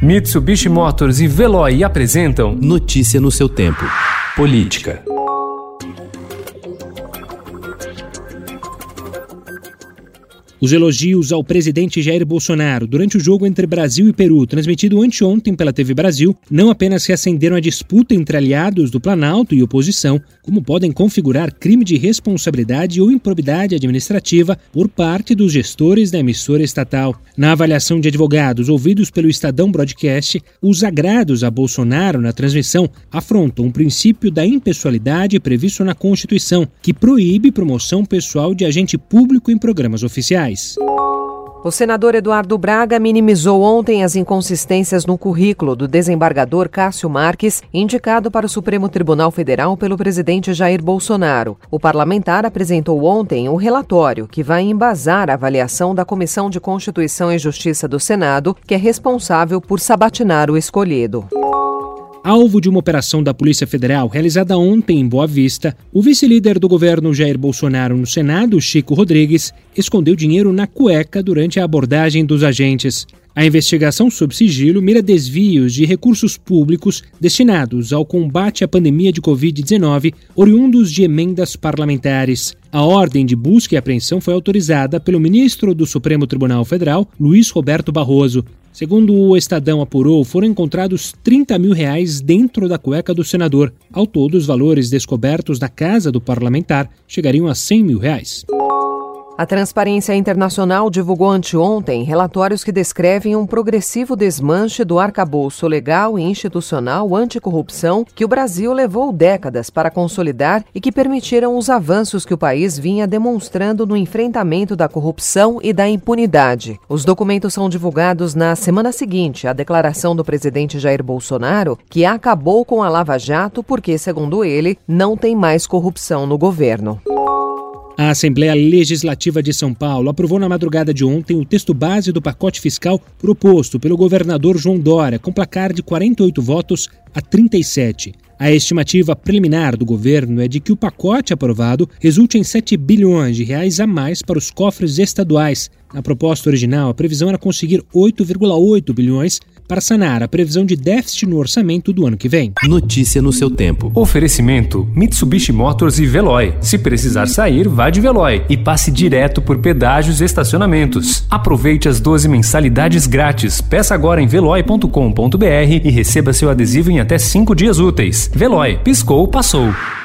Mitsubishi Motors e Veloy apresentam Notícia no seu tempo. Política. Os elogios ao presidente Jair Bolsonaro durante o jogo entre Brasil e Peru, transmitido anteontem pela TV Brasil, não apenas reacenderam a disputa entre aliados do Planalto e oposição, como podem configurar crime de responsabilidade ou improbidade administrativa por parte dos gestores da emissora estatal. Na avaliação de advogados ouvidos pelo Estadão Broadcast, os agrados a Bolsonaro na transmissão afrontam o princípio da impessoalidade previsto na Constituição, que proíbe promoção pessoal de agente público em programas oficiais. O senador Eduardo Braga minimizou ontem as inconsistências no currículo do desembargador Cássio Marques, indicado para o Supremo Tribunal Federal pelo presidente Jair Bolsonaro. O parlamentar apresentou ontem um relatório que vai embasar a avaliação da Comissão de Constituição e Justiça do Senado, que é responsável por sabatinar o escolhido. Alvo de uma operação da Polícia Federal realizada ontem em Boa Vista, o vice-líder do governo Jair Bolsonaro no Senado, Chico Rodrigues, escondeu dinheiro na cueca durante a abordagem dos agentes. A investigação sob sigilo mira desvios de recursos públicos destinados ao combate à pandemia de Covid-19, oriundos de emendas parlamentares. A ordem de busca e apreensão foi autorizada pelo ministro do Supremo Tribunal Federal, Luiz Roberto Barroso. Segundo o Estadão apurou, foram encontrados R$30 mil dentro da cueca do senador. Ao todo, os valores descobertos na casa do parlamentar chegariam a R$100 mil. A Transparência Internacional divulgou anteontem relatórios que descrevem um progressivo desmanche do arcabouço legal e institucional anticorrupção que o Brasil levou décadas para consolidar e que permitiram os avanços que o país vinha demonstrando no enfrentamento da corrupção e da impunidade. Os documentos são divulgados na semana seguinte à declaração do presidente Jair Bolsonaro, que acabou com a Lava Jato porque, segundo ele, não tem mais corrupção no governo. A Assembleia Legislativa de São Paulo aprovou na madrugada de ontem o texto base do pacote fiscal proposto pelo governador João Dória, com placar de 48 votos a 37. A estimativa preliminar do governo é de que o pacote aprovado resulte em R$7 bilhões a mais para os cofres estaduais. Na proposta original, a previsão era conseguir 8,8 bilhões para sanar a previsão de déficit no orçamento do ano que vem. Notícia no seu tempo. Oferecimento Mitsubishi Motors e Veloy. Se precisar sair, vá de Veloy e passe direto por pedágios e estacionamentos. Aproveite as 12 mensalidades grátis. Peça agora em veloy.com.br e receba seu adesivo em até 5 dias úteis. Veloy. Piscou, passou.